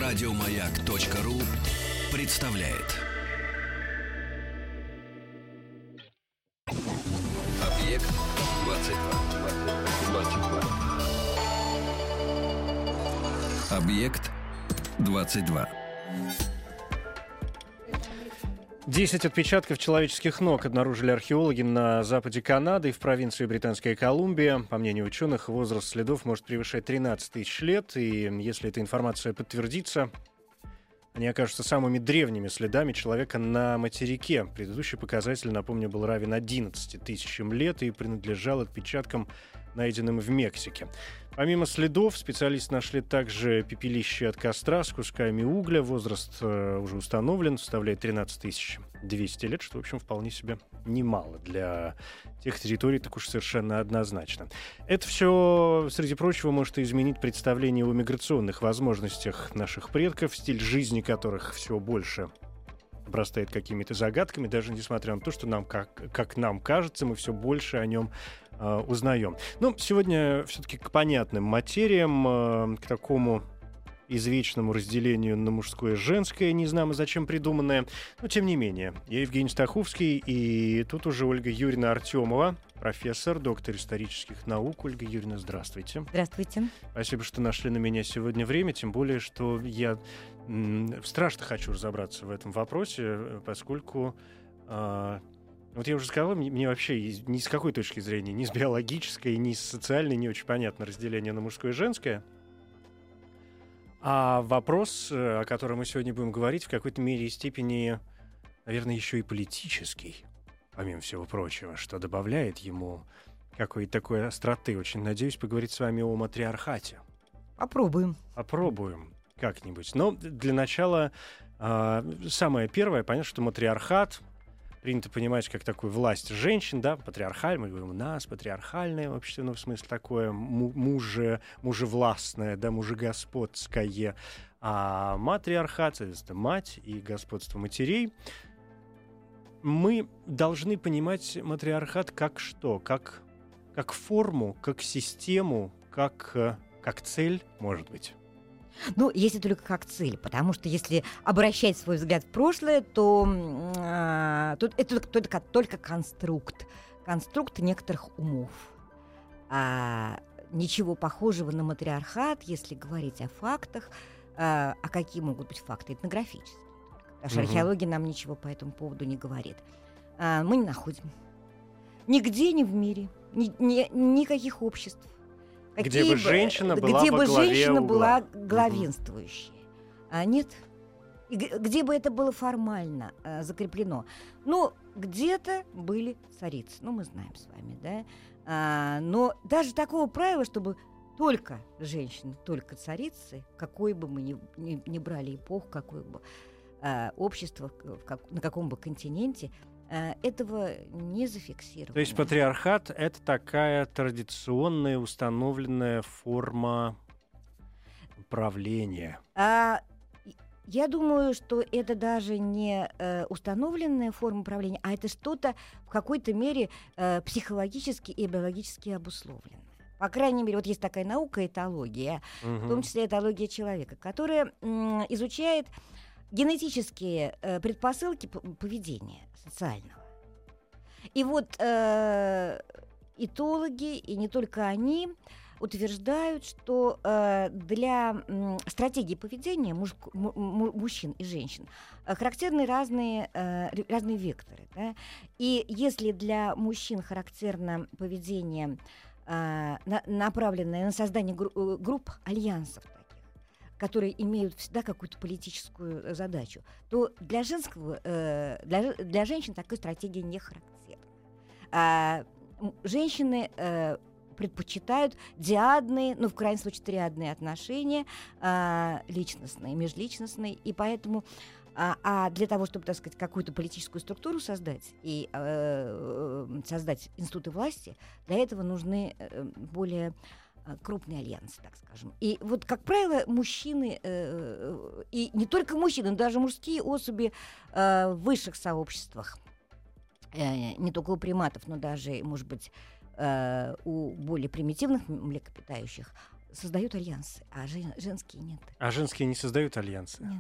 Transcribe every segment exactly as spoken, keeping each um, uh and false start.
Радиомаяк.ру представляет. Объект двадцать два. Объект двадцать два. Десять отпечатков человеческих ног обнаружили археологи на западе Канады и в провинции Британская Колумбия. По мнению ученых, возраст следов может превышать тринадцать тысяч лет, и если эта информация подтвердится, они окажутся самыми древними следами человека на материке. Предыдущий показатель, напомню, был равен одиннадцати тысячам лет и принадлежал отпечаткам, найденным в Мексике. Помимо следов, специалисты нашли также пепелище от костра с кусками угля. Возраст э, уже установлен, составляет тринадцать тысяч двести лет, что, в общем, вполне себе немало для тех территорий, так уж совершенно однозначно. Это все, среди прочего, может изменить представление о миграционных возможностях наших предков, стиль жизни которых все больше обрастает какими-то загадками, даже несмотря на то, что нам, как, как нам кажется, мы все больше о нем э, узнаем. Но сегодня все-таки к понятным материям, э, к такому извечному разделению на мужское и женское, не знамо зачем придуманное. Но тем не менее, я Евгений Стаховский, и тут уже Ольга Юрьевна Артемова, профессор, доктор исторических наук. Ольга Юрьевна, здравствуйте. Здравствуйте. Спасибо, что нашли на меня сегодня время, тем более, что я м, страшно хочу разобраться в этом вопросе, поскольку, э, вот я уже сказал, мне, мне вообще ни с какой точки зрения, ни с биологической, ни с социальной не очень понятно разделение на мужское и женское. А вопрос, о котором мы сегодня будем говорить, в какой-то мере и степени, наверное, еще и политический, помимо всего прочего, что добавляет ему какой-то такой остроты. Очень надеюсь поговорить с вами о матриархате. Попробуем. Попробуем как-нибудь. Но для начала э, самое первое, понятно, что матриархат принято понимать как такую власть женщин, да, патриархаль, мы говорим, у нас патриархальное общество, ну, в смысле такое муже, мужевластное, да, мужегосподское, а матриархат — это мать и господство матерей. Мы должны понимать матриархат как что? Как, как форму, как систему, как, как цель, может быть. Ну, если только как цель, потому что если обращать свой взгляд в прошлое, то э, тут это только, только конструкт, конструкт некоторых умов. А, ничего похожего на матриархат, если говорить о фактах, э, а какие могут быть факты? Этнографические. Потому что угу. археология нам ничего по этому поводу не говорит. А, мы не находим. Нигде, ни в мире, ни, ни, никаких обществ. Где бы женщина была где во бы главе женщина угла. была главенствующей. Mm-hmm. А нет. И г- где бы это было формально а, закреплено. Ну, где-то были царицы. Ну, мы знаем с вами, да. А, но даже такого правила, чтобы только женщины, только царицы, какой бы мы ни, ни, ни брали эпоху, какое бы а, общество, в как, на каком бы континенте, этого не зафиксировано. То есть патриархат — это такая традиционная установленная форма правления? А, я думаю, что это даже не э, установленная форма правления, а это что-то в какой-то мере э, психологически и биологически обусловленное. По крайней мере, вот есть такая наука этология, угу. в том числе этология человека, которая м, изучает генетические э, предпосылки поведения социального. И вот э, этологи, и не только они, утверждают, что э, для э, стратегии поведения муж, м, мужчин и женщин э, характерны разные, э, разные векторы. Да? И если для мужчин характерно поведение, э, на, направленное на создание гру- групп, альянсов, которые имеют всегда какую-то политическую задачу, то для женского, э, для, для женщин такой стратегии не характерна. А, женщины э, предпочитают диадные, ну, в крайнем случае, триадные отношения, э, личностные, межличностные, и поэтому а, а для того, чтобы, так сказать, какую-то политическую структуру создать и э, создать институты власти, для этого нужны э, более крупный альянс, так скажем. И вот, как правило, мужчины, э, и не только мужчины, но даже мужские особи э, в высших сообществах, э, не только у приматов, но даже, может быть, э, у более примитивных млекопитающих, создают альянсы, а жен- женские нет. А женские не создают альянсы? Нет.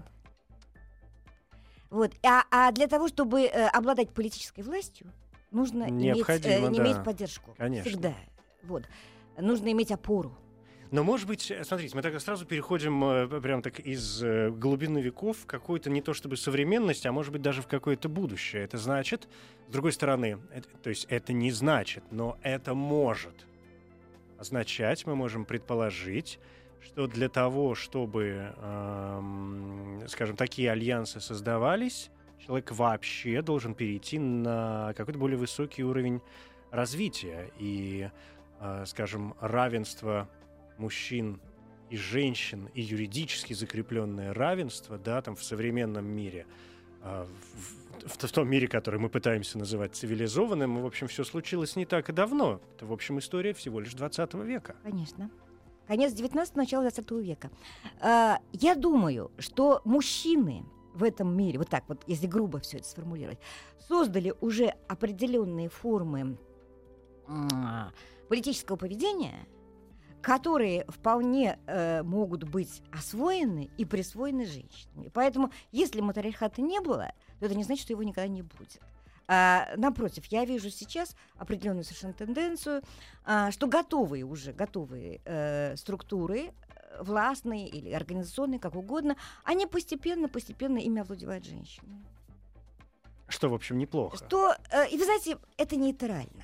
Вот. А, а для того, чтобы э, обладать политической властью, нужно иметь, э, да. иметь поддержку. Конечно. Всегда. Вот. Нужно иметь опору. Но, может быть, смотрите, мы так сразу переходим э, прям так из э, глубины веков в какую-то не то чтобы современность, а может быть даже в какое-то будущее. Это значит, с другой стороны, это, то есть это не значит, но это может означать, мы можем предположить, что для того, чтобы, эм, скажем, такие альянсы создавались, человек вообще должен перейти на какой-то более высокий уровень развития. И, э, скажем, равенство мужчин и женщин, и юридически закрепленное равенство, да, там в современном мире, э, в, в, в том мире, который мы пытаемся называть цивилизованным, в общем, все случилось не так и давно. Это, в общем, история всего лишь двадцатого века. Конечно. Конец девятнадцатого, начало двадцатого века. А, я думаю, что мужчины в этом мире, вот так вот, если грубо все это сформулировать, создали уже определенные формы м- политического поведения, которые вполне э, могут быть освоены и присвоены женщинами. Поэтому, если матриархата не было, то это не значит, что его никогда не будет. А, напротив, я вижу сейчас определенную совершенно тенденцию, а, что готовые уже, готовые э, структуры, э, властные или организационные, как угодно, они постепенно-постепенно ими овладевают женщинами. Что, в общем, неплохо. Что, э, и вы знаете, это нейтрально.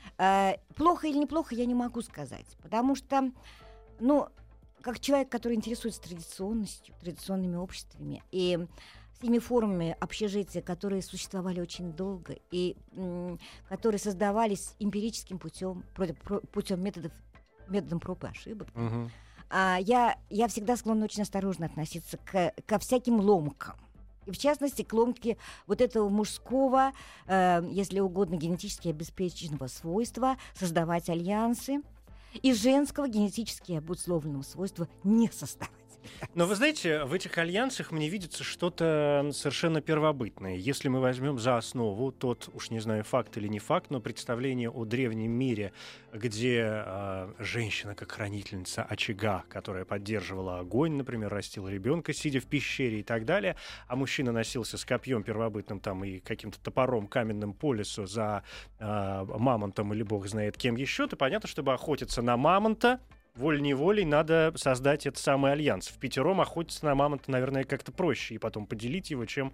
Э, плохо или неплохо, я не могу сказать, потому что, ну, как человек, который интересуется традиционностью, традиционными обществами и с теми формами общежития, которые существовали очень долго и м, которые создавались эмпирическим путем, путем методов, методом проб и ошибок. Угу. А, я, я всегда склонна очень осторожно относиться к, ко всяким ломкам. И в частности, к ломке вот этого мужского, э, если угодно, генетически обеспеченного свойства создавать альянсы, и женского генетически обусловленного свойства не создавать. Но вы знаете, в этих альянсах мне видится что-то совершенно первобытное. Если мы возьмем за основу тот, уж не знаю, факт или не факт, но представление о древнем мире, где э, женщина как хранительница очага, которая поддерживала огонь, например, растила ребенка, сидя в пещере и так далее, а мужчина носился с копьем первобытным там и каким-то топором каменным по лесу за э, мамонтом или бог знает кем еще, то понятно, чтобы охотиться на мамонта, волей-неволей надо создать этот самый альянс. В пятером охотиться на мамонта, наверное, как-то проще, и потом поделить его, чем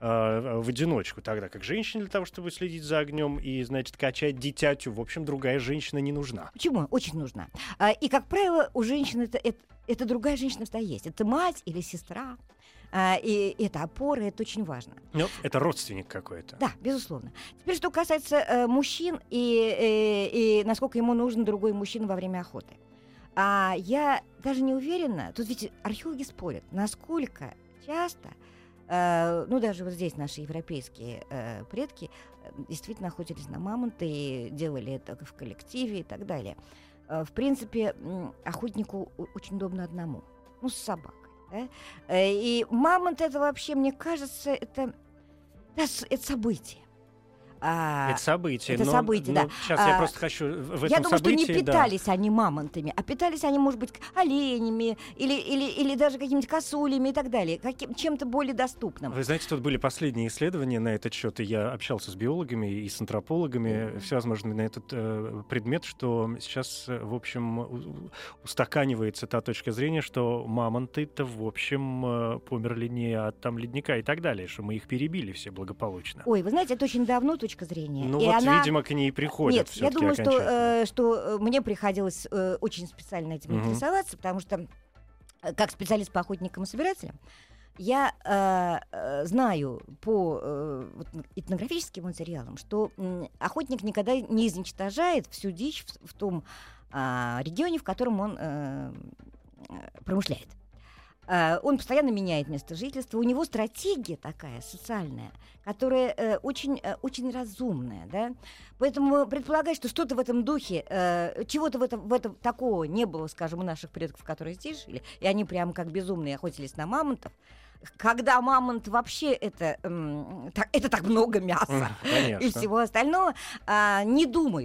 э, в одиночку. Тогда как женщине для того, чтобы следить за огнем и, значит, качать дитятю, в общем, другая женщина не нужна. Почему? Очень нужна. А, и, как правило, у женщин это, это, это другая женщина всегда есть. Это мать или сестра. А, и это опора, это очень важно. Ну, это родственник какой-то. Да, безусловно. Теперь, что касается э, мужчин и, и, и насколько ему нужен другой мужчина во время охоты. А я даже не уверена, тут ведь археологи спорят, насколько часто, э, ну даже вот здесь наши европейские э, предки э, действительно охотились на мамонта и делали это в коллективе и так далее. Э, в принципе, э, охотнику очень удобно одному, ну с собакой. Да? Э, и мамонт это вообще, мне кажется, это, это, это событие. А, это событие. Это но, событие, но да. Сейчас а, я просто хочу в этом я думаю, событии, что не питались да. они мамонтами, а питались они, может быть, оленями или, или, или даже какими-то косулями и так далее, каким, чем-то более доступным. Вы знаете, тут были последние исследования на этот счет, и я общался с биологами и с антропологами, mm-hmm. всевозможными на этот э, предмет, что сейчас, в общем, устаканивается та точка зрения, что мамонты-то, в общем, э, померли не от там ледника и так далее, что мы их перебили все благополучно. Ой, вы знаете, это очень давно точка зрения. Ну и вот, она... видимо, к ней приходят. Нет, я думаю, что, э, что мне приходилось э, очень специально этим mm-hmm. интересоваться, потому что, э, как специалист по охотникам и собирателям, я э, э, знаю по э, вот, этнографическим материалам, что э, охотник никогда не изничтожает всю дичь в, в том э, регионе, в котором он э, промышляет. Uh, он постоянно меняет место жительства. У него стратегия такая социальная, которая uh, очень, uh, очень разумная. Да? Поэтому предполагать, что что-то в этом духе, uh, чего-то в этом, в этом такого не было, скажем, у наших предков, которые здесь жили, и они прямо как безумные охотились на мамонтов, когда мамонт вообще это, эм, так, это так много мяса Конечно. и всего остального, uh, не думаю.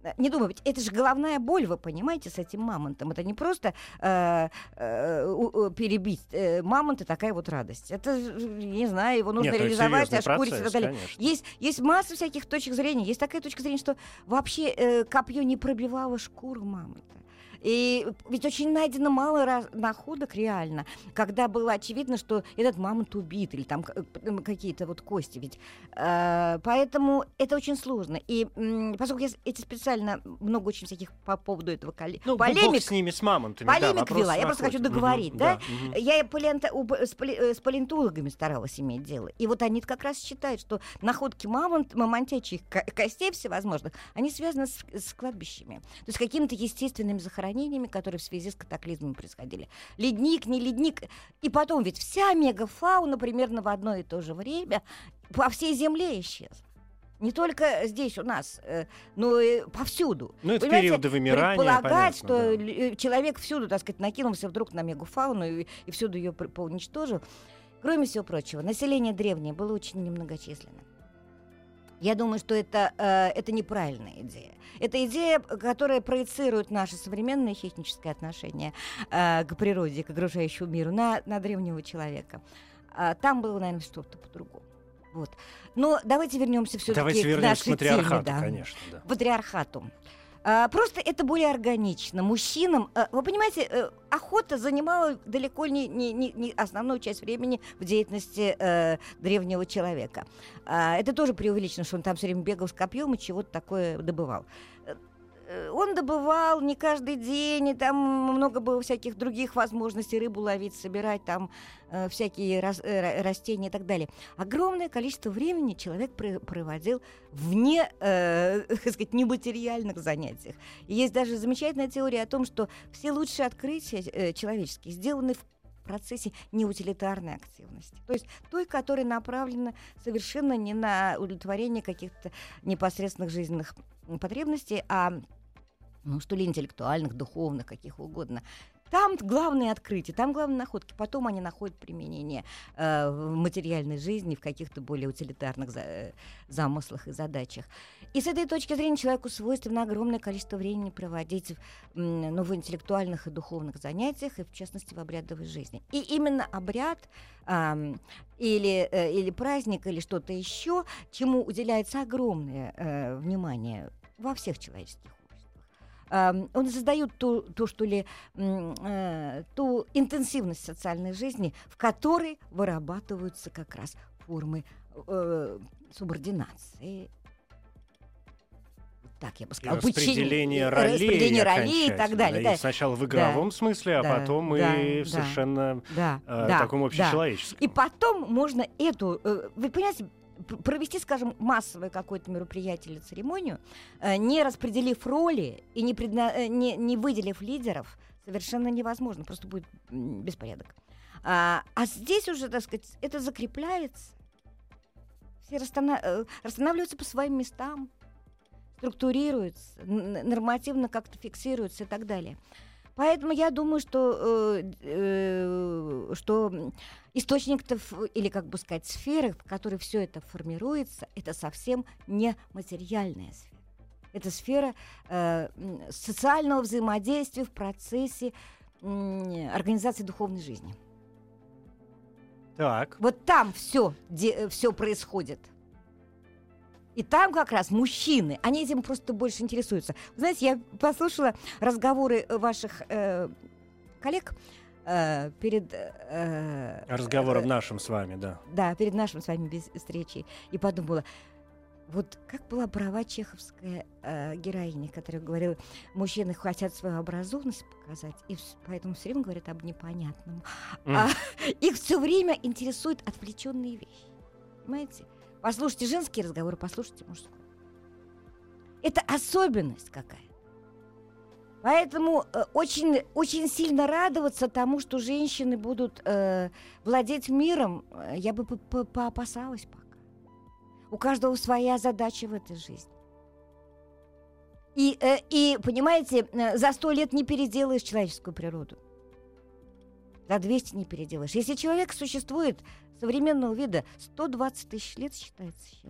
Не думаю, ведь это же головная боль, вы понимаете, с этим мамонтом. Это не просто э, э, перебить э, мамонта, такая вот радость. Это, не знаю, его нужно Нет, реализовать, процесс, ошкурить и так далее. Есть, есть масса всяких точек зрения. Есть такая точка зрения, что вообще э, копье не пробивало шкуру мамонта. И ведь очень найдено мало раз, находок реально, когда было очевидно, что этот мамонт убит, или там какие-то вот кости. Ведь, э, поэтому это очень сложно. И м, поскольку я эти специально много очень всяких по поводу этого коли... ну, полемик, бог с ними, с мамонтами. полемик да, вела. Я просто хочу договорить. Угу, да? Да, угу. Я палеонто... с, пали... с палеонтологами старалась иметь дело. И вот они как раз считают, что находки мамонт, мамонтячьих костей всевозможных, они связаны с, с кладбищами. То есть какими-то естественными захоронениями, которые в связи с катаклизмами происходили. Ледник, не ледник. И потом ведь вся мегафауна примерно в одно и то же время по всей Земле исчезла. Не только здесь у нас, э, но и повсюду. Ну, это понимаете, периоды вымирания, предполагать, понятно, что да. человек всюду, так сказать, накинулся вдруг на мегафауну и, и всюду ее поуничтожил. Кроме всего прочего, население древнее было очень немногочисленным. Я думаю, что это, э, это неправильная идея. Это идея, которая проецирует наше современное хищническое отношение э, к природе, к окружающему миру на, на древнего человека. А там было, наверное, что-то по-другому. Вот. Но давайте вернемся все-таки к нашей к матриархату, теме. Да. Конечно, да. Патриархату. А, просто это более органично. Мужчинам, а, вы понимаете, а, охота занимала далеко не, не, не, не основную часть времени в деятельности а, древнего человека. А, это тоже преувеличено, что он там все время бегал с копьем и чего-то такое добывал. Он добывал не каждый день, и там много было всяких других возможностей рыбу ловить, собирать там э, всякие рас, э, растения и так далее. Огромное количество времени человек пр- проводил вне, э, так сказать, нематериальных занятиях. И есть даже замечательная теория о том, что все лучшие открытия э, человеческие сделаны в процессе неутилитарной активности. То есть той, которая направлена совершенно не на удовлетворение каких-то непосредственных жизненных потребностей, а ну, что ли, интеллектуальных, духовных, каких угодно. Там главные открытия, там главные находки. Потом они находят применение э, в материальной жизни, в каких-то более утилитарных за, э, замыслах и задачах. И с этой точки зрения человеку свойственно огромное количество времени проводить э, ну, в интеллектуальных и духовных занятиях, и в частности в обрядовой жизни. И именно обряд э, или, э, или праздник, или что-то еще, чему уделяется огромное э, внимание во всех человеческих. Uh, он создает ту, ту, что ли, uh, ту интенсивность социальной жизни, в которой вырабатываются как раз формы uh, субординации. Так, я бы сказала, распределение ролей, распределение ролей и так далее. Да. Да. И сначала в игровом да. смысле, а да. потом да. и да. совершенно да. э, да. таком общечеловеческом. Да. И потом можно эту... Э, вы понимаете, провести, скажем, массовое какое-то мероприятие или церемонию, э, не распределив роли и не, предна... э, не, не выделив лидеров, совершенно невозможно, просто будет м, беспорядок. А, а здесь уже, так сказать, это закрепляется, все расстана... э, расстанавливаются по своим местам, структурируются, н- нормативно как-то фиксируются и так далее. Поэтому я думаю, что, э, э, что источник-то, или, как бы сказать, сферы, в которой все это формируется, это совсем не материальная сфера. Это сфера э, социального взаимодействия в процессе э, организации духовной жизни. Так. Вот там все, все происходит. И там как раз мужчины, они этим просто больше интересуются. Вы знаете, я послушала разговоры ваших э, коллег э, перед... Э, Разговоры э, нашим с вами, да. Да, перед нашим с вами встречей. И подумала, вот как была права чеховская э, героиня, которая говорила, мужчины хотят свою образованность показать, и поэтому все время говорят об непонятном. Mm. А, их все время интересуют отвлеченные вещи. Понимаете? Послушайте женские разговоры, послушайте мужской. Это особенность какая. Поэтому э, очень, очень сильно радоваться тому, что женщины будут э, владеть миром, э, я бы поопасалась пока. У каждого своя задача в этой жизни. И, э, и понимаете, э, за сто лет не переделаешь человеческую природу. За двести не переделаешь. Если человек существует современного вида сто двадцать тысяч лет, считается сейчас,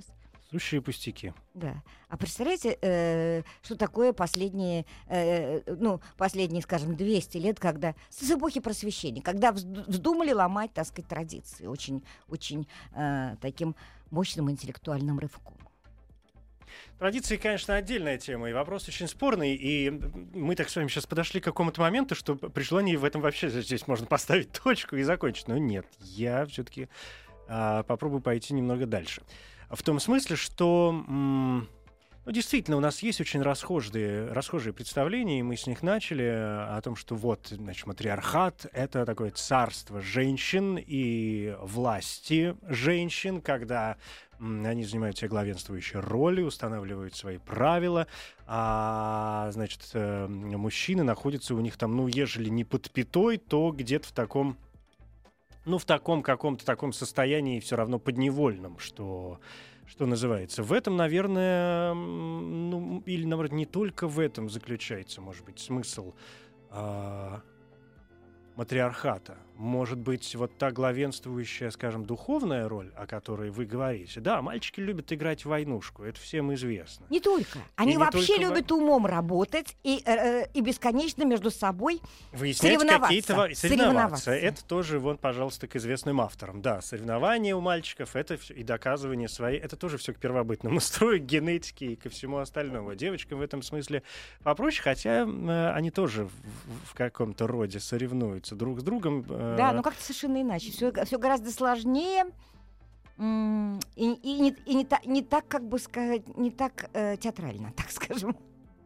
Сущие пустяки. Да. А представляете, э, что такое последние, э, ну, последние, скажем, двести лет, когда с эпохи Просвещения, когда вздумали ломать, так сказать, традиции, очень, очень э, таким мощным интеллектуальным рывком. Традиции, конечно, отдельная тема, и вопрос очень спорный, и мы так с вами сейчас подошли к какому-то моменту, что при желании в этом вообще здесь можно поставить точку и закончить. Но нет, я все-таки а, попробую пойти немного дальше. В том смысле, что м- ну, действительно у нас есть очень расхожие, расхожие представления, и мы с них начали о том, что вот, значит, матриархат — это такое царство женщин и власти женщин, когда они занимают все главенствующие роли, устанавливают свои правила, а, значит, э, мужчины находятся у них там, ну, ежели не под пятой, то где-то в таком, ну, в таком каком-то таком состоянии все равно подневольном, что, что называется. В этом, наверное, ну, или, наоборот, не только в этом заключается, может быть, смысл а, матриархата. Может быть, вот та главенствующая, скажем, духовная роль, о которой вы говорите. Да, мальчики любят играть в войнушку, это всем известно. Не только. Они не вообще только любят умом работать и, э, и бесконечно между собой выяснять соревноваться. какие-то во- Соревноваться. соревноваться. Это тоже, вон, пожалуйста, к известным авторам. Да, соревнования у мальчиков, это всё, и доказывание своей, это тоже все к первобытному строю, к генетике и ко всему остальному. Девочкам в этом смысле попроще, хотя э, они тоже в, в каком-то роде соревнуются друг с другом. Э, Да, но как-то совершенно иначе. Все, все гораздо сложнее. м, И, и не, и не, та- не так, как бы сказать, не так э, театрально, так скажем.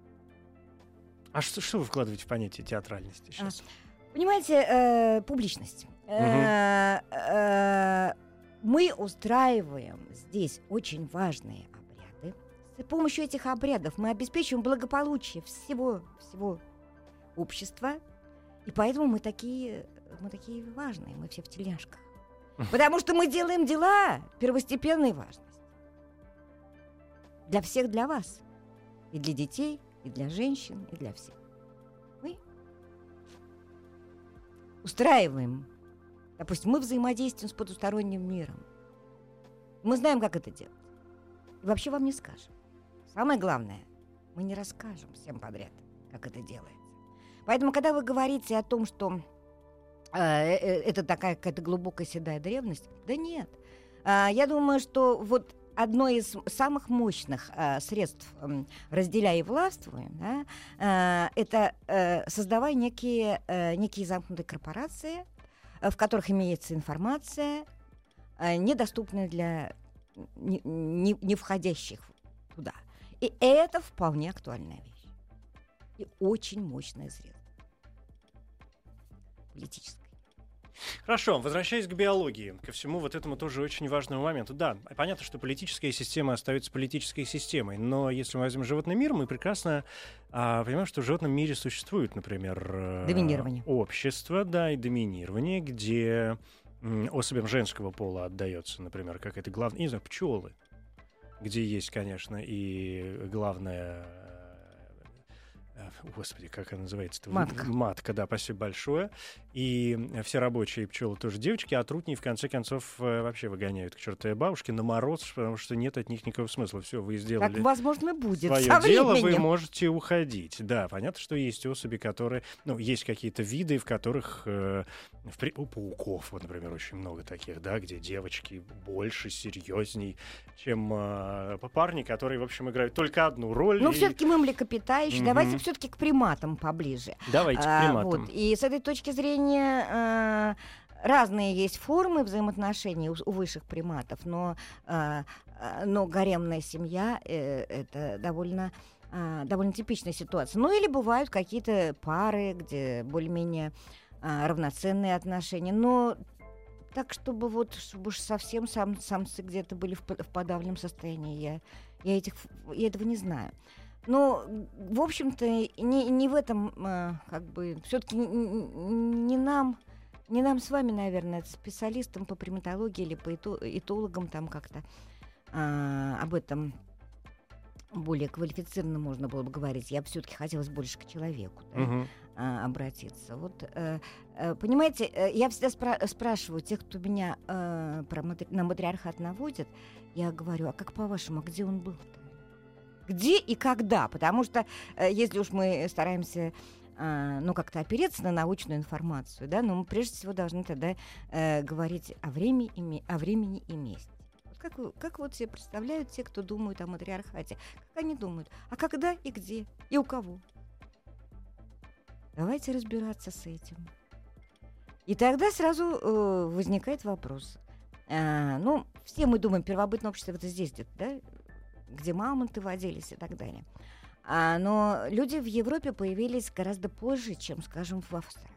А что, что вы вкладываете в понятие театральности сейчас? Понимаете, э, публичность. Э, э, Мы устраиваем здесь очень важные обряды. С помощью этих обрядов мы обеспечиваем благополучие всего, всего общества. И поэтому мы такие, мы такие важные, мы все в тельняшках. Потому что мы делаем дела первостепенной важности. Для всех, для вас. И для детей, и для женщин, и для всех. Мы устраиваем. Допустим, мы взаимодействуем с потусторонним миром. Мы знаем, как это делать. И вообще вам не скажем. Самое главное, мы не расскажем всем подряд, как это делается. Поэтому, когда вы говорите о том, что э, э, это такая какая-то глубокая седая древность, да нет. Э, я думаю, что вот одно из самых мощных э, средств э, «разделяй и властвуй», да, э, это э, создавая некие, э, некие замкнутые корпорации, э, в которых имеется информация, э, недоступная для не, не, не входящих туда. И это вполне актуальная вещь. И очень мощное средство. Политическое. Хорошо, возвращаясь к биологии, ко всему вот этому тоже очень важному моменту. Да, понятно, что политическая система остается политической системой, но если мы возьмем животный мир, мы прекрасно а, понимаем, что в животном мире существует, например, доминирование. Общество, да, и доминирование, где м, особям женского пола отдается, например, как это главное, не знаю, пчелы, где есть, конечно, и главное... Господи, как она называется? Матка. Матка, да, спасибо большое. И все рабочие пчелы тоже девочки, а трутни, в конце концов, вообще выгоняют к чертовой бабушке на мороз, потому что нет от них никакого смысла. Все, вы сделали. Так, возможно, будет свое со дело, временем. вы можете уходить. Да, понятно, что есть особи, которые... Ну, есть какие-то виды, в которых... Э, в при... У пауков, вот, например, очень много таких, да, где девочки больше, серьезней, чем э, парни, которые, в общем, играют только одну роль. Ну, и... все-таки мы млекопитающие. Мгм. Давайте все-таки к приматам поближе. Давайте к А, приматам. вот. И с этой точки зрения а, разные есть формы взаимоотношений у, у высших приматов, но, а, а, но гаремная семья э, это довольно, а, довольно типичная ситуация. Ну или бывают какие-то пары, где более-менее а, равноценные отношения, но так, чтобы вот чтобы уж совсем сам, самцы где-то были в, в подавленном состоянии, я, я, этих, я этого не знаю. Но, в общем-то, не, не в этом, э, как бы, все-таки не, не нам, не нам с вами, наверное, специалистам по приматологии или по это, этологам там как-то э, об этом более квалифицированно можно было бы говорить. Я бы все-таки хотелось больше к человеку. Да? Мгм. а, обратиться. Вот, э, э, понимаете, э, я всегда спра- спрашиваю тех, кто меня э, про матри- на матриархат наводит, я говорю, а как по-вашему, а где он был-то? Где и когда? Потому что э, если уж мы стараемся э, ну, как-то опереться на научную информацию, да, но мы прежде всего должны тогда э, говорить о времени, и ме- о времени и месте. Вот как, вы- как вот себе представляют те, кто думают о матриархате? Как они думают? А когда и где? И у кого? Давайте разбираться с этим. И тогда сразу э, возникает вопрос. Э, ну, все мы думаем, первобытное общество это здесь где-то, да? Где мамонты водились и так далее. А, но люди в Европе появились гораздо позже, чем, скажем, в Австралии.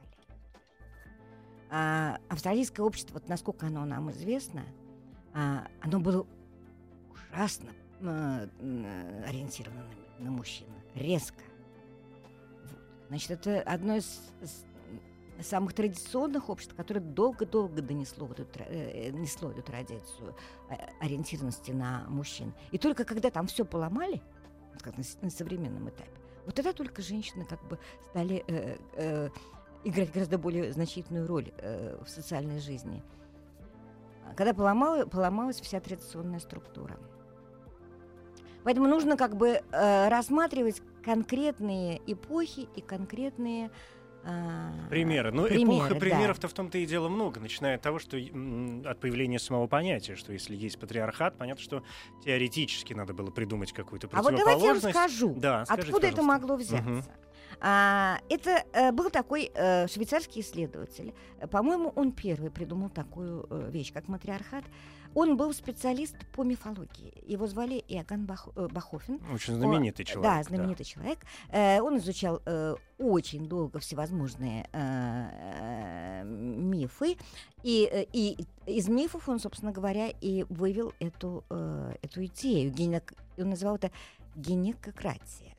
А, австралийское общество, вот насколько оно нам известно, а, оно было ужасно а, а, ориентировано на, на мужчин, резко. Вот. Значит, это одно из, из самых традиционных обществ, которое долго-долго донесло, вот эту, э, несло эту традицию э, ориентированности на мужчин. И только когда там все поломали, как на, на современном этапе, вот тогда только женщины как бы стали э, э, играть гораздо более значительную роль э, в социальной жизни. Когда поломала, поломалась вся традиционная структура. Поэтому нужно как бы э, рассматривать конкретные эпохи и конкретные а, примеры. Ну, примеры, эпоха да. примеров-то в том-то и дело много, начиная от того, что м, от появления самого понятия, что если есть патриархат, понятно, что теоретически надо было придумать какую-то А вот противоположность. давайте я расскажу, Да, скажите, откуда это пожалуйста. могло взяться. Мгм. А, это э, был такой э, швейцарский исследователь. Э, По-моему, он первый придумал такую э, вещь, как матриархат. Он был специалист по мифологии. Его звали Иоганн Бах, э, Бахофен. Очень знаменитый Он- человек. Да, знаменитый человек. Э, он изучал э, очень долго всевозможные э, э, мифы. И, э, и из мифов он, собственно говоря, и вывел эту, э, эту идею. Гинек- Он называл это гинекократия.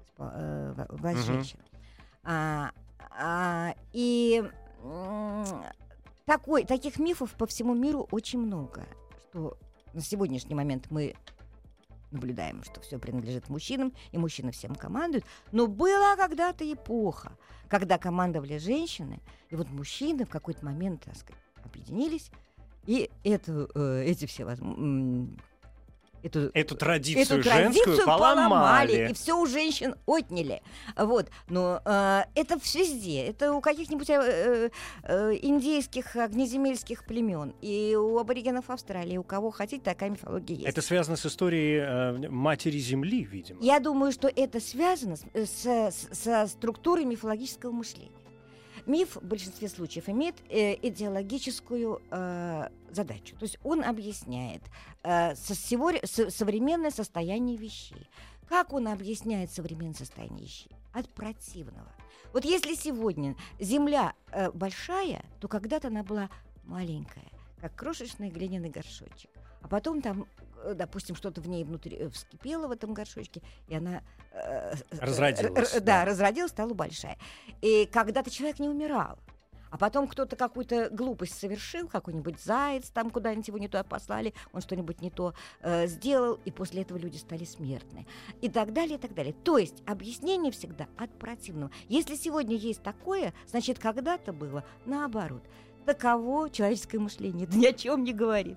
э, в- власть Мгм. женщин. А, а, и м, такой, таких мифов по всему миру очень много, что на сегодняшний момент мы наблюдаем, что все принадлежит мужчинам, и мужчины всем командуют. Но была когда-то эпоха, когда командовали женщины, и вот мужчины в какой-то момент, так сказать, объединились, и эту, э, эти все возм- м, эту, Эту традицию эту женскую традицию поломали. и все у женщин отняли. Вот. Но э, это везде. Это у каких-нибудь э, э, индейских огнеземельских племен, и у аборигенов Австралии, у кого хотите, такая мифология есть. Это связано с историей э, матери Земли, видимо. Я думаю, что это связано с, с- с- со структурой мифологического мышления. Миф в большинстве случаев имеет э, идеологическую э, задачу. То есть он объясняет э, со всего, со- современное состояние вещей. Как он объясняет современное состояние вещей? От противного. Вот если сегодня Земля э, большая, то когда-то она была маленькая, как крошечный глиняный горшочек. А потом там, э, допустим, что-то в ней внутри э, вскипело в этом горшочке, и она э, Разродилась, р- р- да. да, разродилась, стала большая. И когда-то человек не умирал. А потом кто-то какую-то глупость совершил, какой-нибудь заяц, там куда-нибудь его не туда послали, он что-нибудь не то э, сделал, и после этого люди стали смертны. И так далее, и так далее. То есть объяснение всегда от противного. Если сегодня есть такое, значит, когда-то было наоборот. Таково человеческое мышление. Это ни о чем не говорит.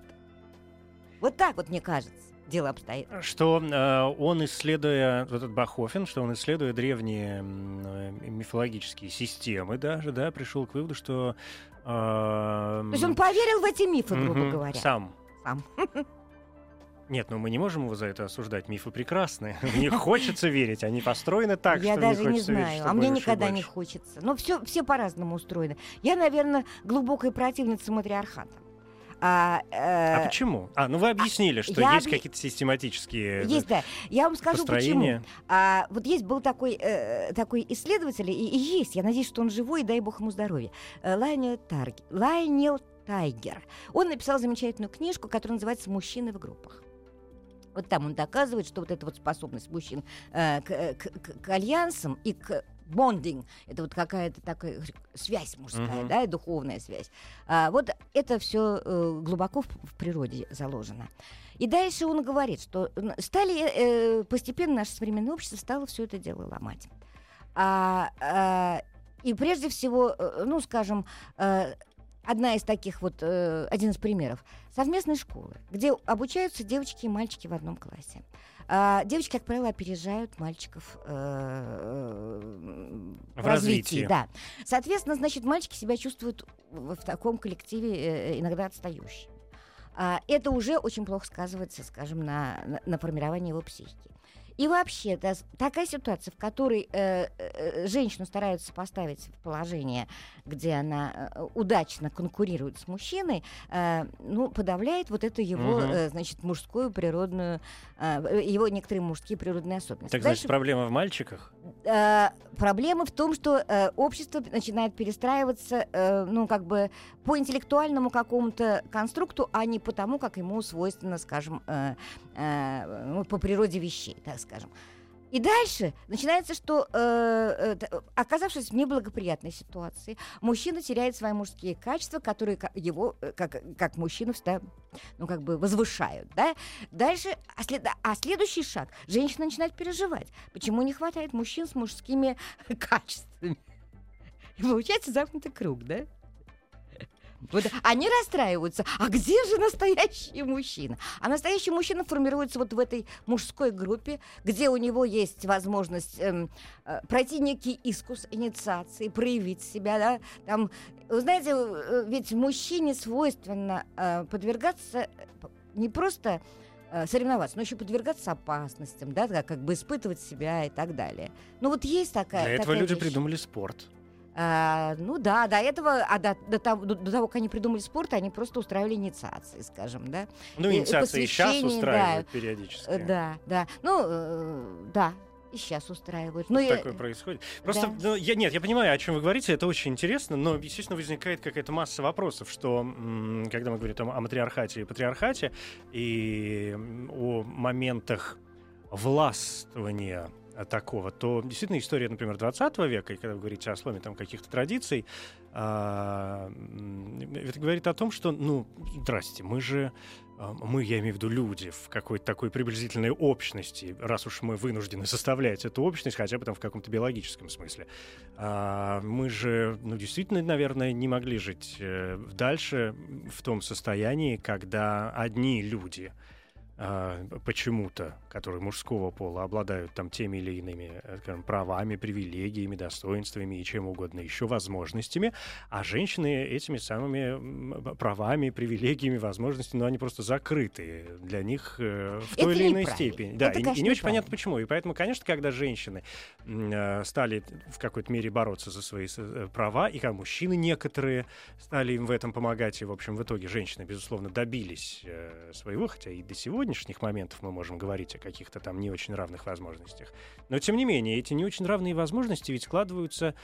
Вот так вот, мне кажется, дело обстоит. Что э, он, исследуя, вот этот Бахофен, что он, исследуя древние м, э, мифологические системы даже, да, пришел к выводу, что... э, То есть он поверил в эти мифы, грубо мгм, говоря. Сам. Сам. Нет, ну мы не можем его за это осуждать. Мифы прекрасны. В них хочется верить. Они построены так, Я что в них даже не хочется верить, знаю, что а мне больше и никогда не больше. хочется. Но все, все по-разному устроено. Я, наверное, глубокая противница матриархата. А, э, А почему? А, ну вы объяснили, что я есть объ- какие-то систематические Есть, да. Я вам скажу, построения. почему. А, вот есть был такой, э, такой исследователь, и, и есть, я надеюсь, что он живой, и дай бог ему здоровья. Э, Лайнел Тарг- Лайнел Тайгер. Он написал замечательную книжку, которая называется «Мужчины в группах». Вот там он доказывает, что вот эта вот способность мужчин э, к, к- к- к альянсам и к бондинг, это вот какая-то такая связь мужская, Мгм. да, и духовная связь. А, вот это все глубоко в, в природе заложено. И дальше он говорит, что н- стали э, постепенно наше современное общество стало все это дело ломать. А, а, И прежде всего, э, ну, скажем, э, одна из таких вот, э, один из примеров. Совместные школы, где обучаются девочки и мальчики в одном классе. А девочки, как правило, опережают мальчиков э, в, в развитии. развитии. Да. Соответственно, значит, мальчики себя чувствуют в, в таком коллективе э, иногда отстающими. А, это уже очень плохо сказывается, скажем, на, на, на формировании его психики. И вообще, да, такая ситуация, в которой э, э, женщину стараются поставить в положение, где она э, удачно конкурирует с мужчиной, э, ну, подавляет вот это его, uh-huh. э, значит, мужскую природную, э, его некоторые мужские природные особенности. Так, Дальше, значит, проблема в мальчиках? Э, проблема в том, что э, общество начинает перестраиваться, э, ну, как бы по интеллектуальному какому-то конструкту, а не по тому, как ему свойственно, скажем, э, э, ну, по природе вещей, так скажем. И дальше начинается, что, э, э, оказавшись в неблагоприятной ситуации, мужчина теряет свои мужские качества, которые его, как, как мужчину, всегда, ну, как бы возвышают. Да? Дальше, а, след, а следующий шаг. Женщина начинает переживать, почему не хватает мужчин с мужскими качествами. И получается замкнутый круг, да? Вот, они расстраиваются. А где же настоящий мужчина? А настоящий мужчина формируется вот в этой мужской группе, где у него есть возможность эм, э, пройти некий искус инициации, проявить себя. Да? Там, вы знаете, э, ведь мужчине свойственно э, подвергаться не просто э, соревноваться, но еще подвергаться опасностям, да, как бы испытывать себя и так далее. Ну вот есть такая. Для этого такая люди вещь. Придумали спорт. А, ну да, до этого, а до, до, того, до, до того, как они придумали спорт, они просто устраивали инициации, скажем, да. Ну, инициации и сейчас устраивают да, периодически. Да, да. Ну, э, да, и сейчас устраивают. Что ну, такое я... происходит? Просто, да. ну, я, нет, я понимаю, о чем вы говорите, это очень интересно, но, естественно, возникает какая-то масса вопросов, что, м- когда мы говорим там, о матриархате и патриархате, и м- о моментах властвования такого, то действительно история, например, двадцатого века, и когда вы говорите о сломе там каких-то традиций, а, это говорит о том, что, ну, здрасте, мы же, мы, я имею в виду люди, в какой-то такой приблизительной общности, раз уж мы вынуждены составлять эту общность, хотя бы там в каком-то биологическом смысле, а, мы же, ну, действительно, наверное, не могли жить дальше в том состоянии, когда одни люди почему-то, которые мужского пола обладают там теми или иными, скажем, правами, привилегиями, достоинствами и чем угодно еще, возможностями, а женщины этими самыми правами, привилегиями, возможностями, ну, они просто закрыты для них э, в той это или иной степени. Да, это, и, конечно, и не очень неправильно. понятно, почему. И поэтому, конечно, когда женщины э, стали в какой-то мере бороться за свои э, права, и когда мужчины некоторые стали им в этом помогать, и, в общем, в итоге женщины, безусловно, добились э, своего, хотя и до сегодня сегодняшних моментов мы можем говорить о каких-то там не очень равных возможностях. Но, тем не менее, эти не очень равные возможности ведь складываются,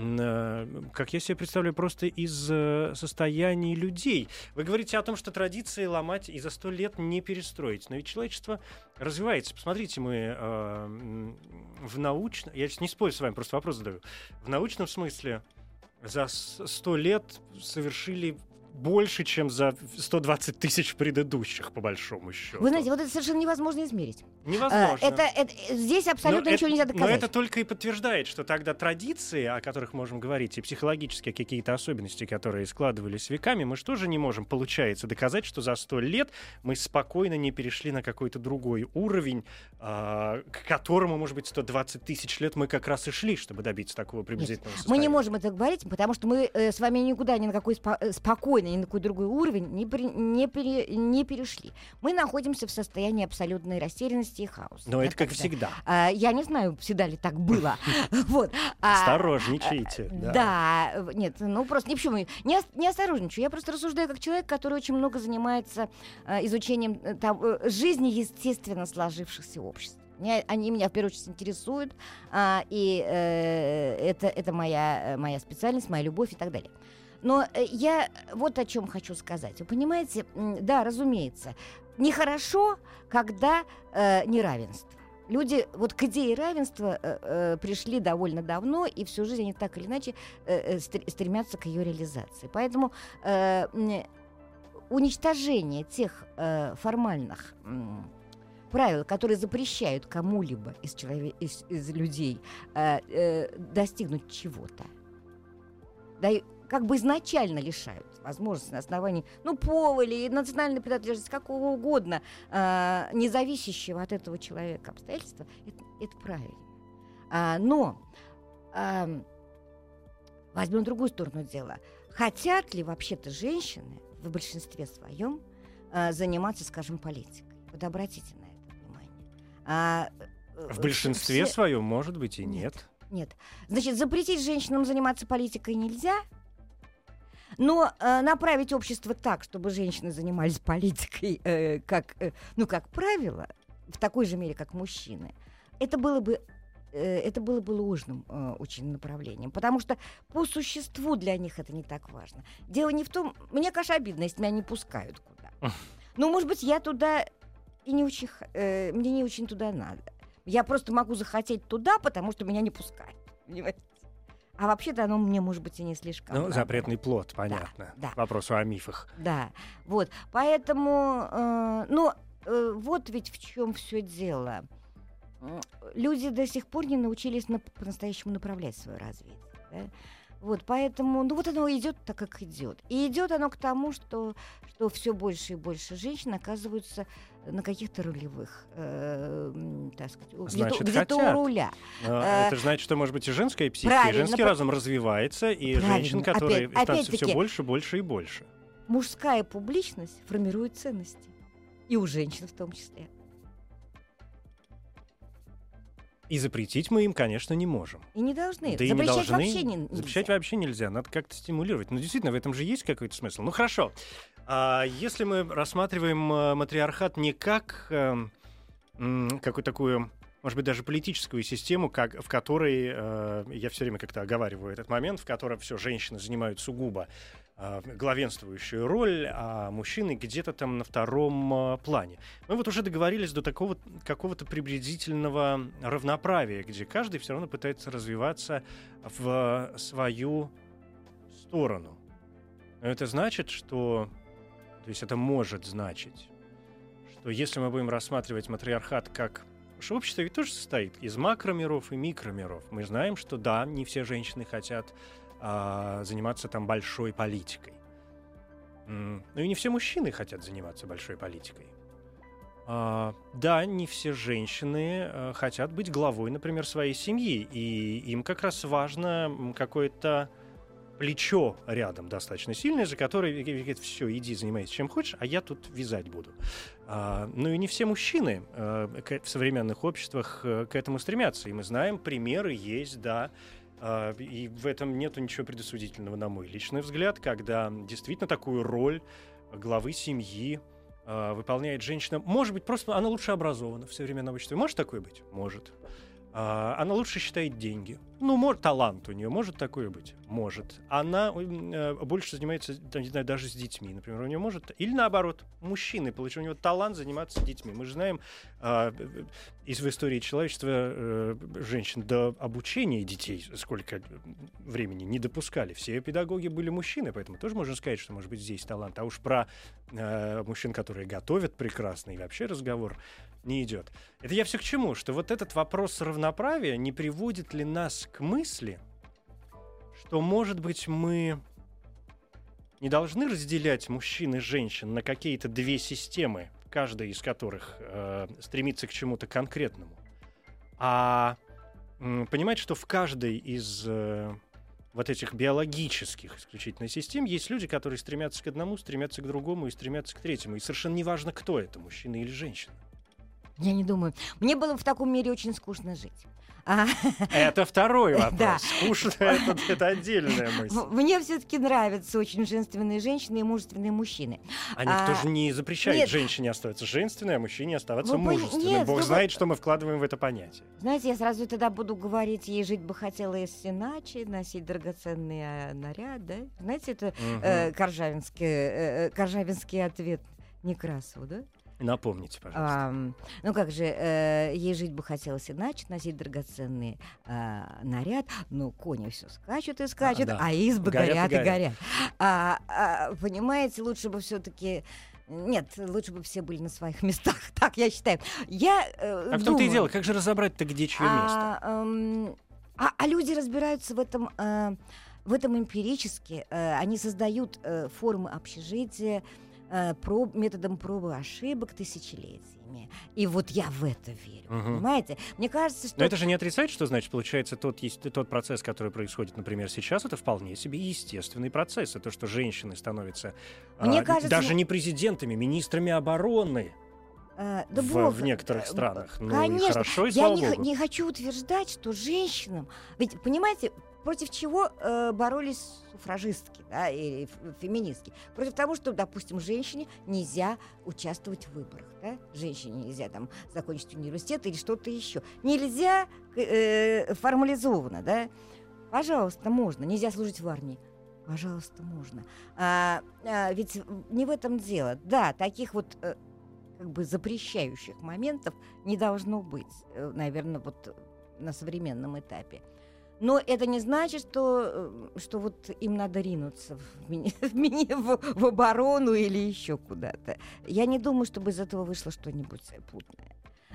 э, как я себе представляю, просто из э, состояний людей. Вы говорите о том, что традиции ломать и за сто лет не перестроить. Но ведь человечество развивается. Посмотрите, мы э, в научном... Я сейчас не спорю с вами, просто вопрос задаю. В научном смысле за сто лет совершили больше, чем за сто двадцать тысяч предыдущих, по большому счету. Вы знаете, вот это совершенно невозможно измерить. Невозможно. Это, это, здесь абсолютно но ничего это, нельзя доказать. Но это только и подтверждает, что тогда традиции, о которых можем говорить, и психологические какие-то особенности, которые складывались веками, мы же тоже не можем, получается, доказать, что за сто лет мы спокойно не перешли на какой-то другой уровень, э, к которому, может быть, сто двадцать тысяч лет мы как раз и шли, чтобы добиться такого приблизительного Нет, состояния. Мы не можем это говорить, потому что мы э, с вами никуда ни на какой спо- спокойно, ни на какой другой уровень не, при, не, пере, не перешли. Мы находимся в состоянии абсолютной растерянности и хаоса. Но это как всегда. А, я не знаю, всегда ли так было. Вот. Осторожничайте. Да, нет, ну просто ни в чем. Не, не осторожничаю. Я просто рассуждаю как человек, который очень много занимается изучением жизни естественно сложившихся обществ. Они меня в первую очередь интересуют, и это, это моя, моя специальность, моя любовь и так далее. Но я вот о чем хочу сказать. Вы понимаете, да, разумеется, нехорошо, когда э, неравенство. Люди вот к идее равенства э, э, пришли довольно давно, и всю жизнь они так или иначе э, э, стремятся к ее реализации. Поэтому э, уничтожение тех э, формальных э, правил, которые запрещают кому-либо из, человек, из, из людей э, э, достигнуть чего-то, да, как бы изначально лишают возможности на основании, ну, пола или национальной принадлежности, какого угодно, э, не зависящего от этого человека обстоятельства, это, это правильно. А, но э, возьмем другую сторону дела. Хотят ли вообще-то женщины в большинстве своем э, заниматься, скажем, политикой? Вот обратите на это внимание. А, в большинстве все... своем, может быть, и нет. Нет. Нет. Значит, запретить женщинам заниматься политикой нельзя, но э, направить общество так, чтобы женщины занимались политикой, э, как, э, ну, как правило, в такой же мере, как мужчины, это было бы, э, это было бы ложным э, очень направлением, потому что по существу для них это не так важно. Дело не в том, мне, конечно, обидно, если меня не пускают куда. Ну, может быть, я туда и не очень, э, мне не очень туда надо. Я просто могу захотеть туда, потому что меня не пускают. Понимаете? А вообще-то оно мне, может быть, и не слишком. Ну, надо. Запретный плод, понятно. Да, да. К вопросу о мифах. Да, вот. Поэтому, э, ну, э, вот ведь в чем все дело. Люди до сих пор не научились на, по-настоящему направлять свое развитие. Да? Вот, поэтому, ну вот оно идет так, как идет. И идет оно к тому, что, что все больше и больше женщин оказываются на каких-то ролевых, э, так сказать, значит, где-то, где-то у руля. Но это же значит, что, может быть, и женская психика, Правильно, и женский по... разум развивается, и Правильно. женщин, которые Опять, становятся все больше, больше и больше. Мужская публичность формирует ценности. И у женщин в том числе. И запретить мы им, конечно, не можем. И не должны. Да Запрещать и не должны. вообще не, нельзя. Запрещать вообще нельзя. Надо как-то стимулировать. Но действительно, в этом же есть какой-то смысл. Ну хорошо. А если мы рассматриваем матриархат не как э, какую-то такую, может быть, даже политическую систему, как, в которой, э, я все время как-то оговариваю этот момент, в котором все женщины занимают сугубо э, главенствующую роль, а мужчины где-то там на втором э, плане. Мы вот уже договорились до такого какого-то приблизительного равноправия, где каждый все равно пытается развиваться в свою сторону. Но это значит, что... То есть это может значить, что если мы будем рассматривать матриархат как... Потому что общество ведь тоже состоит из макромиров и микромиров. Мы знаем, что да, не все женщины хотят а, заниматься там большой политикой. М- ну и не все мужчины хотят заниматься большой политикой. А, да, не все женщины а, хотят быть главой, например, своей семьи. И им как раз важно какое-то... плечо рядом достаточно сильное, за которое говорит: все, иди, занимайся чем хочешь, а я тут вязать буду. А, ну и не все мужчины а, к, в современных обществах а, к этому стремятся. И мы знаем, примеры есть, да, а, и в этом нету ничего предосудительного, на мой личный взгляд, когда действительно такую роль главы семьи а, выполняет женщина. Может быть, просто она лучше образована в современном обществе. Может такое быть? Может. Она лучше считает деньги. Ну, может, талант у нее, может такое быть? Может. Она э, больше занимается, там, не знаю, даже с детьми, например, у нее может... Или наоборот, мужчины, получил у него талант заниматься детьми. Мы же знаем э, из в истории человечества э, женщин до обучения детей сколько времени не допускали. Все педагоги были мужчины, поэтому тоже можно сказать, что, может быть, здесь талант. А уж про э, мужчин, которые готовят прекрасно, и вообще разговор не идет. Это я все к чему? Что вот этот вопрос равноправия не приводит ли нас к мысли, что, может быть, мы не должны разделять мужчин и женщин на какие-то две системы, каждая из которых э, стремится к чему-то конкретному, а э, понимать, что в каждой из э, вот этих биологических исключительно систем есть люди, которые стремятся к одному, стремятся к другому и стремятся к третьему. И совершенно не важно, кто это, мужчина или женщина. Я не думаю. Мне было в таком мире очень скучно жить. А... Это второй вопрос. Да. Скучно — это, это отдельная мысль. Мне все-таки нравятся очень женственные женщины и мужественные мужчины. А никто а... же не запрещает Нет. женщине оставаться женственной, а мужчине оставаться Вы мужественным. Нет, Бог вы... знает, что мы вкладываем в это понятие. Знаете, я сразу тогда буду говорить, ей жить бы хотелось иначе, носить драгоценный э, наряд, да? Знаете, это угу. э, коржавинский, э, коржавинский ответ Некрасову, да? Напомните, пожалуйста. А, ну как же, э, ей жить бы хотелось иначе, носить драгоценный э, наряд, но кони все скачут и скачут, а, да. а избы горят, горят и горят. горят. А, а, понимаете, лучше бы все-таки... Нет, лучше бы все были на своих местах, так я считаю. Я, э, а в том-то и дело, как же разобрать-то, где чье а, место? Э, а, а люди разбираются в этом... Э, в этом эмпирически э, они создают э, формы общежития э, проб, методом пробы и ошибок тысячелетиями. И вот я в это верю, Мгм. понимаете? Мне кажется, что... Но это же не отрицает, что, значит, получается, тот, есть, тот процесс, который происходит, например, сейчас, это вполне себе естественный процесс. Это то, что женщины становятся Мне а, кажется, даже не- не президентами, министрами обороны э, да в, бог, в некоторых э, странах. Ну Конечно, и хорошо, и я слава не, х- богу. не хочу утверждать, что женщинам... Ведь, понимаете, против чего э, боролись суфражистки, да, и ф- феминистки? Против того, что, допустим, женщине нельзя участвовать в выборах, да? Женщине нельзя там закончить университет или что-то еще. Нельзя э, формализованно, да? Пожалуйста, можно. Нельзя служить в армии. Пожалуйста, можно. А, а, ведь не в этом дело. Да, таких вот... э, как бы запрещающих моментов не должно быть, э, наверное, вот на современном этапе. Но это не значит, что, э, что вот им надо ринуться в, мини- в, мини- в- в оборону или еще куда-то. Я не думаю, чтобы из этого вышло что-нибудь путное.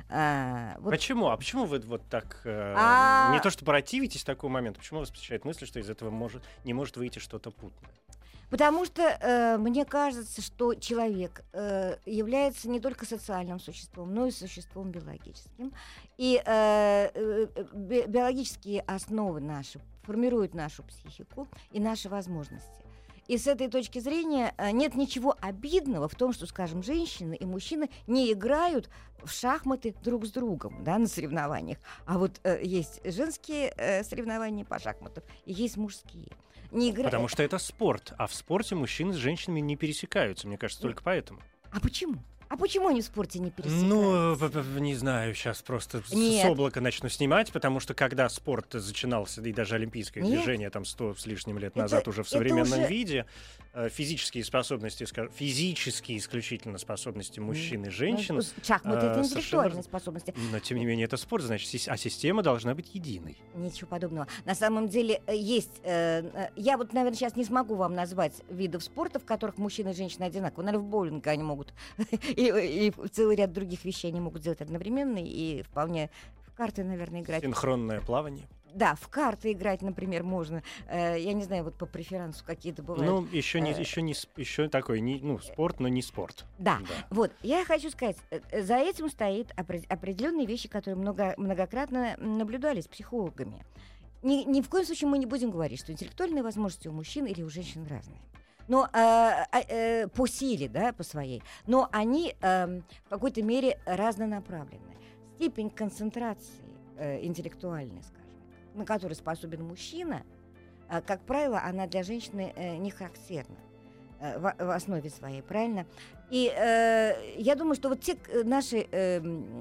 А, вот Почему? А почему вы вот так э, А- не то что противитесь такому моменту, почему вас посещает мысль, что из этого может, не может выйти что-то путное? Потому что э, мне кажется, что человек э, является не только социальным существом, но и существом биологическим. И э, э, би- биологические основы наши формируют нашу психику и наши возможности. И с этой точки зрения э, нет ничего обидного в том, что, скажем, женщины и мужчины не играют в шахматы друг с другом, да, на соревнованиях. А вот э, есть женские э, соревнования по шахматам и есть мужские. Не игра... Потому что это спорт, а в спорте мужчины с женщинами не пересекаются, мне кажется, только поэтому. А почему? А почему они в спорте не пересекаются? Ну, п- п- не знаю, сейчас просто с- Нет. с облака начну снимать, потому что когда спорт зачинался, и даже олимпийское Нет. движение там сто с лишним лет Это- назад уже в это современном уже- виде, э, физические способности, ска- физические исключительно способности мужчин и женщин, Ну, с- шахматы — это э, интеллектуальные совершенно- способности. но тем не менее это спорт, значит, сис- а система должна быть единой. Ничего подобного. На самом деле э, есть... э, э, я вот, наверное, сейчас не смогу вам назвать видов спорта, в которых мужчины и женщины одинаковы. Наверное, в боулинге они могут. И, и целый ряд других вещей они могут делать одновременно. И вполне в карты, наверное, играть. Синхронное плавание. Да, в карты играть, например, можно. Э, я не знаю, вот по преферансу какие-то бывают. Ну, еще не, э, еще не, с- еще такой, не, ну, спорт, но не спорт. Да. Да. Вот, я хочу сказать, э, э, за этим стоит опре- определенные вещи, которые много, многократно м, наблюдались психологами. Ни, ни в коем случае мы не будем говорить, что интеллектуальные возможности у мужчин или у женщин разные. Но э, э, э, по силе, да, по своей, но они э, в какой-то мере разнонаправлены. Степень концентрации э, интеллектуальной, скажем, на которой способен мужчина, э, как правило, она для женщины э, не характерна э, в, в основе своей, правильно? И э, я думаю, что вот те э, наши э,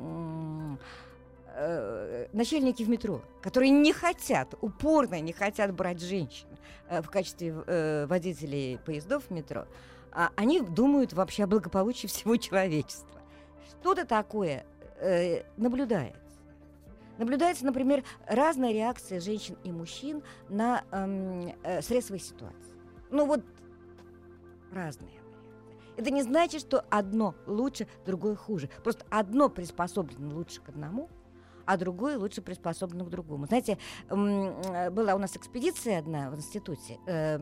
м, э, начальники в метро, которые не хотят, упорно не хотят брать женщин э, в качестве э, водителей поездов в метро, а они думают вообще о благополучии всего человечества. Что-то такое э, наблюдается. Наблюдается, например, разная реакция женщин и мужчин на эм, э, стрессовые ситуации. Ну вот разные. Это не значит, что одно лучше, другое хуже. Просто одно приспособлено лучше к одному, а другое лучше приспособлено к другому. Знаете, м, э, была у нас экспедиция одна в институте э,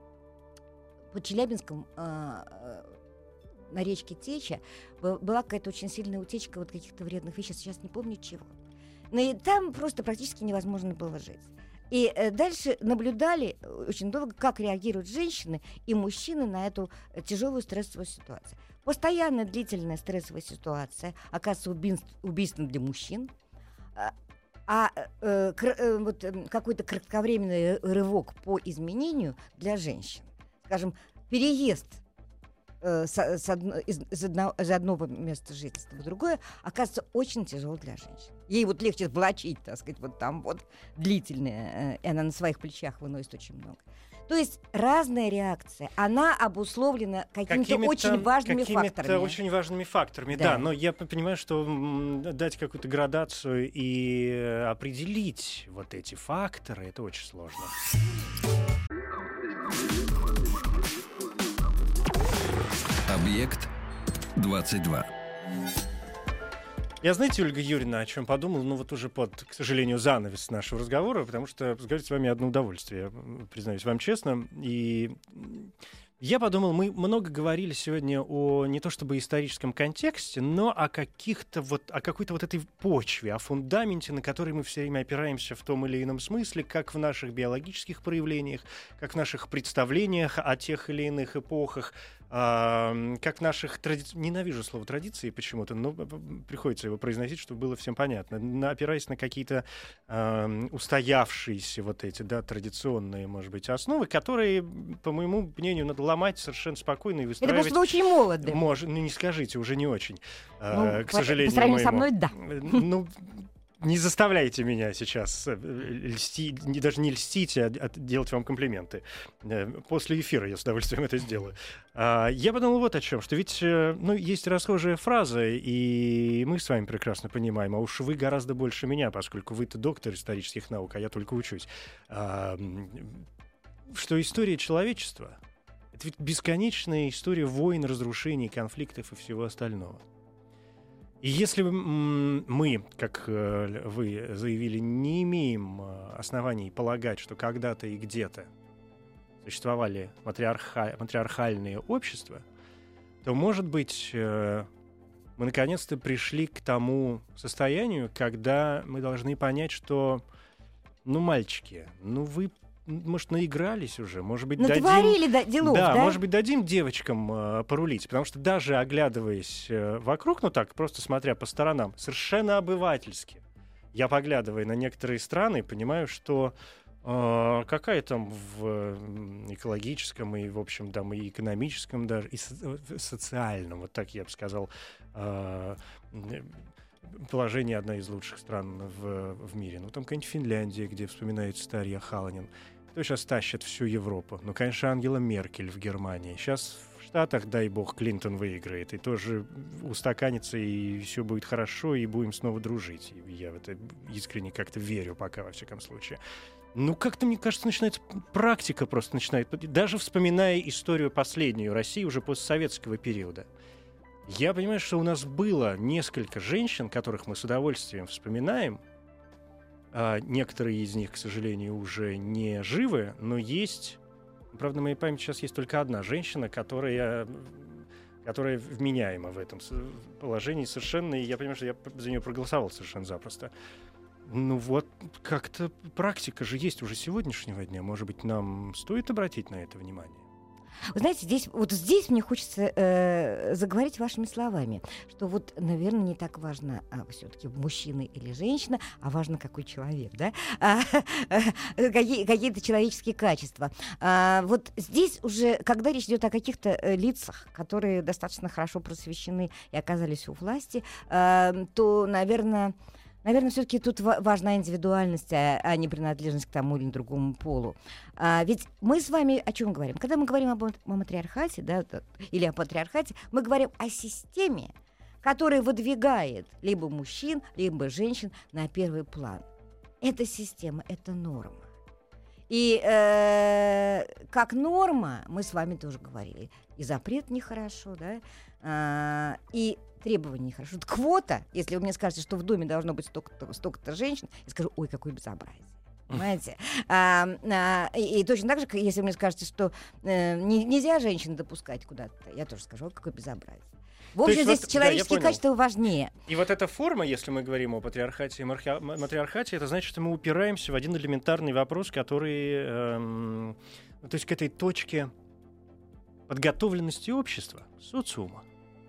под Челябинском э, э, на речке Теча. Б- Была какая-то очень сильная утечка вот каких-то вредных веществ, сейчас не помню чего. Но и там просто практически невозможно было жить. И э, дальше наблюдали э, очень долго, как реагируют женщины и мужчины на эту э, тяжелую стрессовую ситуацию. Постоянная длительная стрессовая ситуация оказывается убийств- убийственной для мужчин, а, а э, кр- э, вот, э, какой-то кратковременный рывок по изменению для женщин. Скажем, переезд э, с, с одно- из, из одно- из одного места жительства в другое оказывается очень тяжело для женщин. Ей вот легче влачить, так сказать, вот там вот длительная, э, и она на своих плечах выносит очень много. То есть разная реакция, она обусловлена какими-то, очень важными какими-то факторами. очень важными факторами, да. Да. Но я п- понимаю, что м, дать какую-то градацию и э, определить вот эти факторы, это очень сложно. Объект двадцать два. Я, знаете, Ольга Юрьевна, о чем подумал, ну вот уже под, к сожалению, занавес нашего разговора, потому что разговаривать с вами одно удовольствие, признаюсь вам честно. И я подумал, мы много говорили сегодня о не то чтобы историческом контексте, но о каких-то вот, о какой-то вот этой почве, о фундаменте, на который мы все время опираемся в том или ином смысле, как в наших биологических проявлениях, как в наших представлениях о тех или иных эпохах, Uh, как наших традиций, ненавижу слово традиции почему-то, но приходится его произносить, чтобы было всем понятно, на, опираясь на какие-то uh, устоявшиеся вот эти, да, традиционные, может быть, основы, которые, по моему мнению, надо ломать совершенно спокойно и выстраивать. Это просто очень молодые. Может, ну не скажите, уже не очень, ну, uh, к сожалению. По сравнению моему. со мной, да. Ну, не заставляйте меня сейчас льстить, не, даже не льстить, а, а делать вам комплименты. После эфира я с удовольствием это сделаю. А, я подумал вот о чем, что ведь ну, есть расхожая фраза, и мы с вами прекрасно понимаем, а уж вы гораздо больше меня, поскольку вы-то доктор исторических наук, а я только учусь, а, что история человечества — это ведь бесконечная история войн, разрушений, конфликтов и всего остального. И если мы, как вы заявили, не имеем оснований полагать, что когда-то и где-то существовали матриарха... матриархальные общества, то, может быть, мы наконец-то пришли к тому состоянию, когда мы должны понять, что, ну, мальчики, ну, вы, может, наигрались уже, может быть, натворили дадим... делов, да, да? может быть, дадим девочкам э, порулить, потому что даже оглядываясь э, вокруг, ну так, просто смотря по сторонам, совершенно обывательски, я, поглядывая на некоторые страны, понимаю, что э, какая там в экологическом и, в общем, там, и экономическом даже, и со- социальном, вот так я бы сказал, э, положение одна из лучших стран в, в мире. Ну, там какая-нибудь Финляндия, где вспоминается Тарья Халанин. Кто сейчас тащит всю Европу? Ну, конечно, Ангела Меркель в Германии. Сейчас в Штатах, дай бог, Клинтон выиграет. И тоже устаканится, и все будет хорошо, и будем снова дружить. И я в это искренне как-то верю пока, во всяком случае. Ну, как-то, мне кажется, начинается практика просто начинает. Даже вспоминая историю последнюю России уже постсоветского периода. Я понимаю, что у нас было несколько женщин, которых мы с удовольствием вспоминаем. А некоторые из них, к сожалению, уже не живы, но есть... Правда, в моей памяти сейчас есть только одна женщина, которая, которая вменяема в этом положении совершенно, и я понимаю, что я за нее проголосовал совершенно запросто. Ну вот, как-то практика же есть уже сегодняшнего дня. Может быть, нам стоит обратить на это внимание? Вы знаете, здесь, вот здесь мне хочется э, заговорить вашими словами, что вот, наверное, не так важно а, все-таки мужчина или женщина, а важно какой человек, да, а, а, какие, какие-то человеческие качества. А, вот здесь уже, когда речь идет о каких-то э, лицах, которые достаточно хорошо просвещены и оказались у власти, э, то, наверное... Наверное, все-таки тут важна индивидуальность, а, а не принадлежность к тому или другому полу. А, ведь мы с вами о чем говорим? Когда мы говорим об, о матриархате, да, или о патриархате, мы говорим о системе, которая выдвигает либо мужчин, либо женщин на первый план. Это система, это норма. И э, как норма, мы с вами тоже говорили, и запрет нехорошо, да, а, и требования нехорошо. Квота, если вы мне скажете, что в доме должно быть столько-то, столько-то женщин, я скажу, ой, какое безобразие. Понимаете? А, а, и, и точно так же, если вы мне скажете, что э, не, нельзя женщин допускать куда-то, я тоже скажу, ой, какое безобразие. В общем, здесь вот, человеческие да, качества важнее. И вот эта форма, если мы говорим о патриархате и матриархате, это значит, что мы упираемся в один элементарный вопрос, который... Эм, то есть к этой точке подготовленности общества, социума.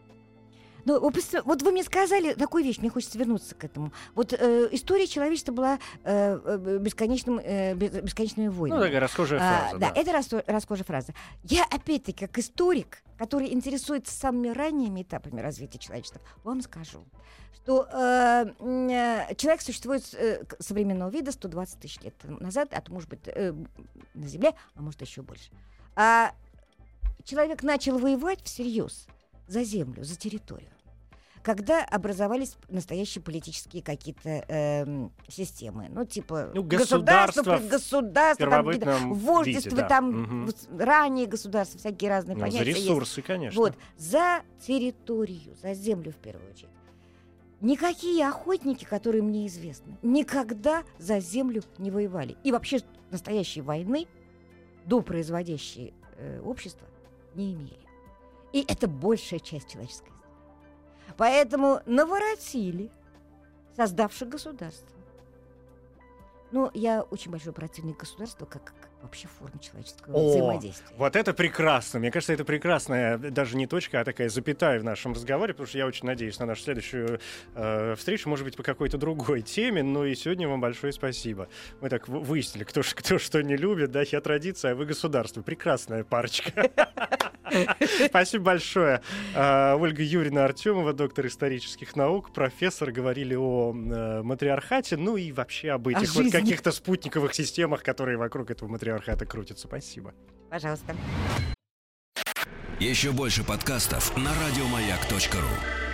Ну, вот вы мне сказали такую вещь, мне хочется вернуться к этому. Вот э, история человечества была э, бесконечным, э, бесконечными войнами. Ну, такая расхожая фраза. А, да, да, это рас, расхожая фраза. Я, опять-таки, как историк, который интересуется самыми ранними этапами развития человечества, вам скажу, что э, э, человек существует э, современного вида сто двадцать тысяч лет назад, а то, может быть, э, на Земле, а может, еще больше. А человек начал воевать всерьез за землю, за территорию, когда образовались настоящие политические какие-то э, системы, ну типа ну, государство, предгосударство, там, вождество, виде, да. там угу. ранние государства, всякие разные ну, понятия. За ресурсы, есть. конечно. Вот, за территорию, за землю в первую очередь. никакие охотники, которые мне известны, никогда за землю не воевали. И вообще настоящей войны до производящие э, общества не имели. И это большая часть человеческой истории. Поэтому наворотили создавших государство. Но я очень большой противник государства, как, как вообще формы человеческого О, взаимодействия. Вот это прекрасно. Мне кажется, это прекрасная даже не точка, а такая запятая в нашем разговоре, потому что я очень надеюсь на нашу следующую э, встречу, может быть, по какой-то другой теме. Но и сегодня вам большое спасибо. Мы так выяснили, кто, кто что не любит. Да, я традиция, а вы государство. Прекрасная парочка. Спасибо большое. Ольга Юрьевна Артемова, доктор исторических наук, профессор, говорили о матриархате, ну и вообще об этих вот каких-то спутниковых системах, которые вокруг этого матриархата крутятся. Спасибо. Пожалуйста. Еще больше подкастов на радиомаяк точка ру.